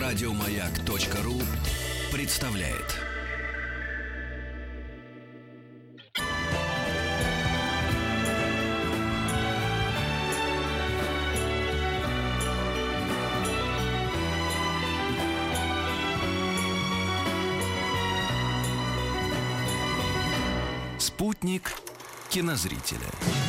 Радиомаяк.ру представляет. Спутник кинозрителя.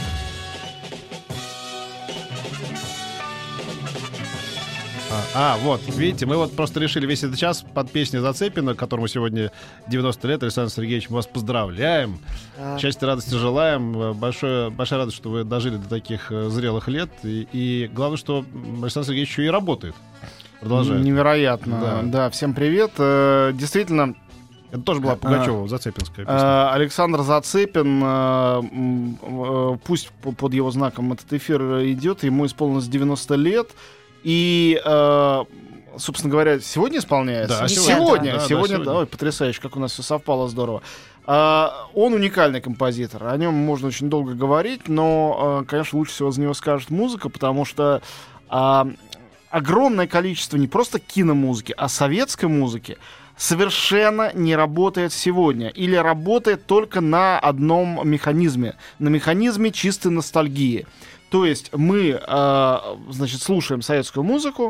Вот, видите, мы вот просто решили весь этот час под песню Зацепина, которому сегодня 90 лет. Александр Сергеевич, мы вас поздравляем. Счастья, радости желаем. Большая радость, что вы дожили до таких зрелых лет. И главное, что Александр Сергеевич еще и работает. Продолжает. Невероятно. Да, всем привет. Действительно... Это тоже была Пугачева, Зацепинская песня. Александр Зацепин, пусть под его знаком этот эфир идет, ему исполнилось 90 лет. И, собственно говоря, сегодня исполняется? Да, сегодня. Да, ой, потрясающе, как у нас все совпало здорово. Он уникальный композитор, о нем можно очень долго говорить, но, конечно, лучше всего за него скажет музыка, потому что огромное количество не просто киномузыки, а советской музыки совершенно не работает сегодня или работает только на одном механизме, на механизме чистой ностальгии. То есть мы, слушаем советскую музыку,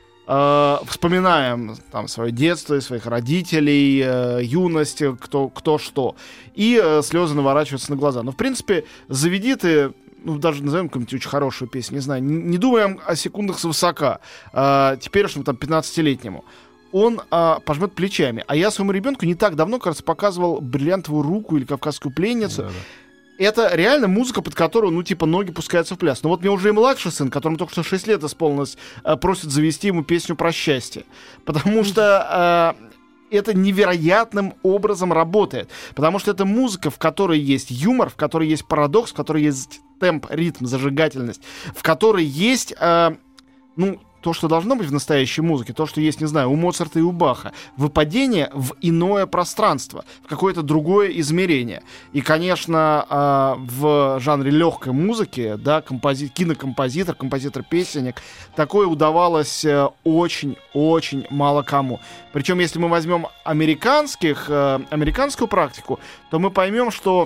вспоминаем там свое детство, своих родителей, юность, кто что, и слезы наворачиваются на глаза. Но, в принципе, заведи ты, даже назовем какую-нибудь очень хорошую песню, не знаю, не думаем о секундах свысока, теперешнему там 15-летнему. Он пожмет плечами. А я своему ребенку не так давно, кажется, показывал «Бриллиантовую руку» или «Кавказскую пленницу». Да. Это реально музыка, под которую, ноги пускаются в пляс. Но вот мне уже и младший сын, которому только что 6 лет исполнилось, просит завести ему песню про счастье. Потому что это невероятным образом работает. Потому что это музыка, в которой есть юмор, в которой есть парадокс, в которой есть темп, ритм, зажигательность, в которой есть... то, что должно быть в настоящей музыке, то, что есть, не знаю, у Моцарта и у Баха, выпадение в иное пространство, в какое-то другое измерение. И, конечно, в жанре легкой музыки, да, композитор-песенник, такое удавалось очень-очень мало кому. Причем, если мы возьмем американскую практику, то мы поймем, что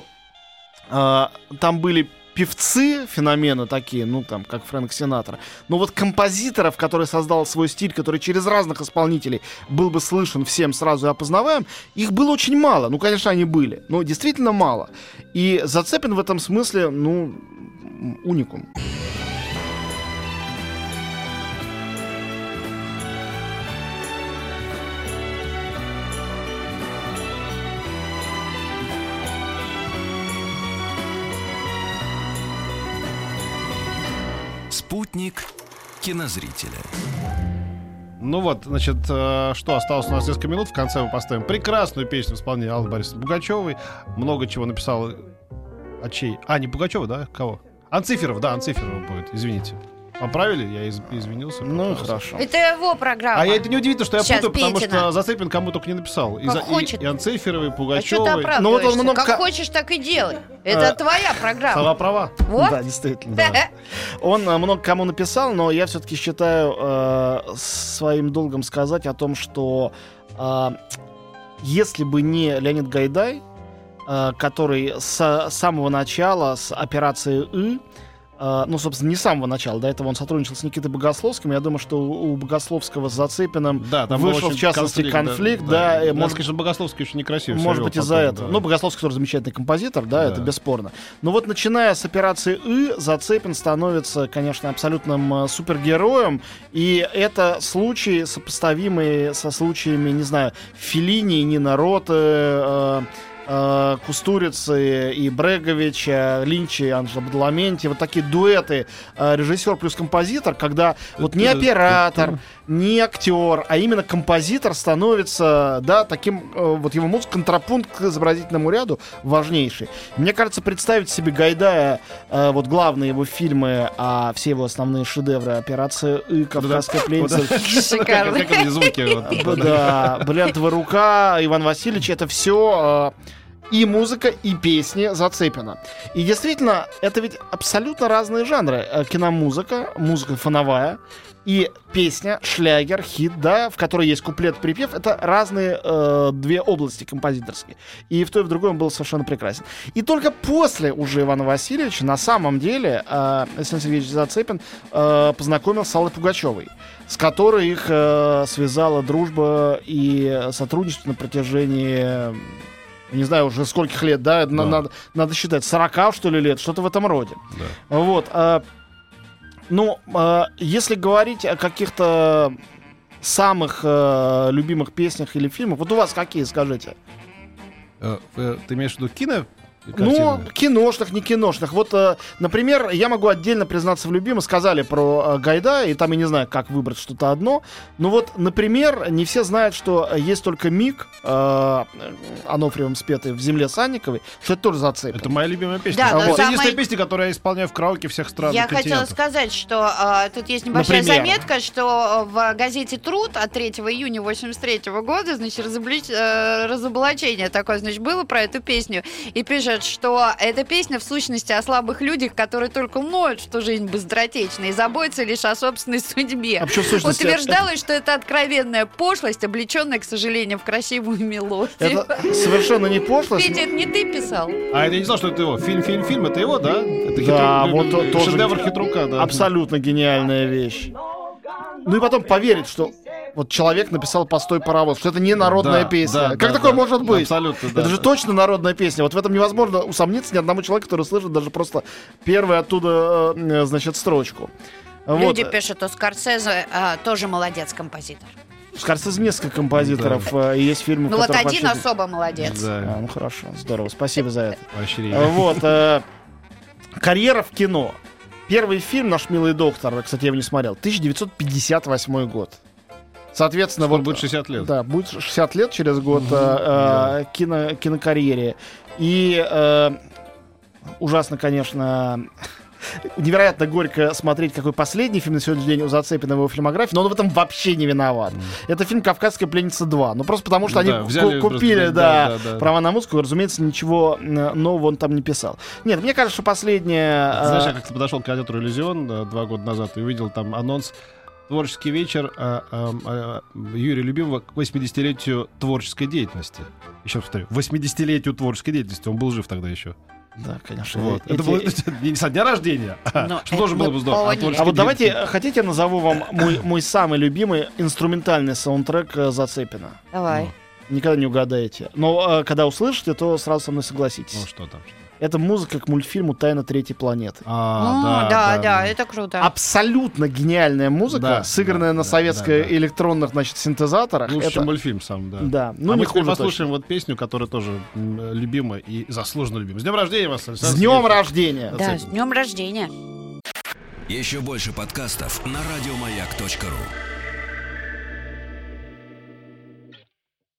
там были певцы, феномены такие, как Фрэнк Синатра. Но вот композиторов, который создал свой стиль, который через разных исполнителей был бы слышен всем сразу и опознаваем, их было очень мало. Конечно, они были, но действительно мало. И Зацепин в этом смысле, уникум. Спутник кинозрителя. Что осталось у нас несколько минут. В конце мы поставим прекрасную песню в исполнении Аллы Борисовны Пугачевой. Много чего написал. Не Пугачева, да? Кого? Анциферов будет, извините. Поправили? Я извинился. Хорошо. Это его программа. Это не удивительно, что я сейчас путаю, потому Петина. что Зацепин кому только не написал. И Анциферовой, и Пугачевой. А что ты оправдываешься? Как хочешь, так и делай. Это твоя программа. Слова права. Вот. Да, действительно. Да. Он много кому написал, но я все-таки считаю своим долгом сказать о том, что если бы не Леонид Гайдай, который с самого начала, с операции «И», собственно, не с самого начала. До этого он сотрудничал с Никитой Богословским. Я думаю, что у Богословского с Зацепиным вышел, в частности, конфликт. Может, конечно, Богословский очень некрасивый. Может быть, из-за этого. Да. Богословский тоже замечательный композитор, это бесспорно. Но вот начиная с операции «И», Зацепин становится, конечно, абсолютным супергероем. И это случаи, сопоставимые со случаями, не знаю, Феллини, Нина Роты, Кустурицы и Бреговича, Линча и Анджело Бадаламенти. Вот такие дуэты режиссер плюс композитор, когда не оператор, не актер, а именно композитор становится, таким, его музыка, контрапункт к изобразительному ряду важнейший. Мне кажется, представить себе Гайдая, главные его фильмы, а все его основные шедевры, «Операция И», «Кавказская пленница», шикарно. Как эти звуки. «Бриллиантовая рука», Иван Васильевич, это все и музыка, и песни Зацепина. И действительно, это ведь абсолютно разные жанры. Киномузыка, музыка фоновая, и песня, шлягер, хит, да, в которой есть куплет-припев, это разные две области композиторские. И в той, и в другой он был совершенно прекрасен. И только после уже Ивана Васильевича, на самом деле, Александр Сергеевич Зацепин познакомился с Аллой Пугачевой, с которой их связала дружба и сотрудничество на протяжении, не знаю, уже скольких лет, да, надо считать, 40, что ли, лет, что-то в этом роде. Да. Вот. Ну, если говорить о каких-то самых любимых песнях или фильмах, вот у вас какие, скажите? Ты имеешь в виду кино? Ну, киношных, не киношных. Вот, например, я могу отдельно признаться в любимом. Сказали про Гайдая, и там я не знаю, как выбрать что-то одно. Но вот, например, не все знают, что есть только миг Анофриевым спетый «В земле Санниковой», что это тоже Зацепин. Это моя любимая песня. Да, это самая... единственная песня, которую я исполняю в караоке всех стран. Я хотела сказать, что тут есть небольшая заметка, что в газете «Труд» от 3 июня 1983 года, значит, разоблачение такое, значит, было про эту песню. И пишет, что эта песня в сущности о слабых людях, которые только ноют, что жизнь быстротечна, и заботятся лишь о собственной судьбе. Утверждалось, что это откровенная пошлость, облеченная, к сожалению, в красивую мелодию. Это совершенно не пошлость. Петя, это не ты писал. А я не знал, что это его. Фильм, это его, да? Это да, вот тоже шедевр Хитрука, да. Абсолютно гениальная вещь. Ну и потом поверить, что вот человек написал «Постой, паровоз», что это не народная песня. Как такое может быть? Абсолютно, да. Это же точно народная песня. Вот в этом невозможно усомниться ни одному человеку, который слышит даже просто первую оттуда, значит, строчку. Люди пишут, что Скорсезе тоже молодец композитор. Скорсезе несколько композиторов, и есть фильмы, ну вот один особо молодец. Да. Ну хорошо, здорово, спасибо за это. Поощрение. Вот, карьера в кино. Первый фильм «Наш милый доктор», кстати, я его не смотрел, 1958 год. Соответственно, вот будет 60 лет. Да, будет 60 лет через год кинокарьере. И ужасно, конечно, невероятно горько смотреть, какой последний фильм на сегодняшний день у Зацепина в его фильмографии, но он в этом вообще не виноват. Это фильм «Кавказская пленница 2». Ну, просто потому что они купили права на музыку, и, разумеется, ничего нового он там не писал. Нет, мне кажется, что последнее... Знаешь, я как-то подошел к кинотеатру «Иллюзион» 2 года назад и увидел там анонс «Творческий вечер» Юрия Любимого к 80-летию творческой деятельности. Еще раз повторю, 80-летию творческой деятельности. Он был жив тогда еще. Да, конечно. Вот. Это было не со дня рождения, что тоже было бы здорово. А вот давайте, хотите, я назову вам мой самый любимый инструментальный саундтрек Зацепина? Давай. Никогда не угадаете. Но когда услышите, то сразу со мной согласитесь. Ну что там? Это музыка к мультфильму «Тайна третьей планеты». Да, это круто. Абсолютно гениальная музыка, сыгранная на электронных, значит, синтезаторах. Лучше, чем мультфильм сам, да. Да. Ну, мы теперь послушаем вот песню, которая тоже любима и заслуженно любима. С днем рождения вас, Александр! С днем рождения! Да, с днем рождения! Еще больше подкастов на радиомаяк.ру.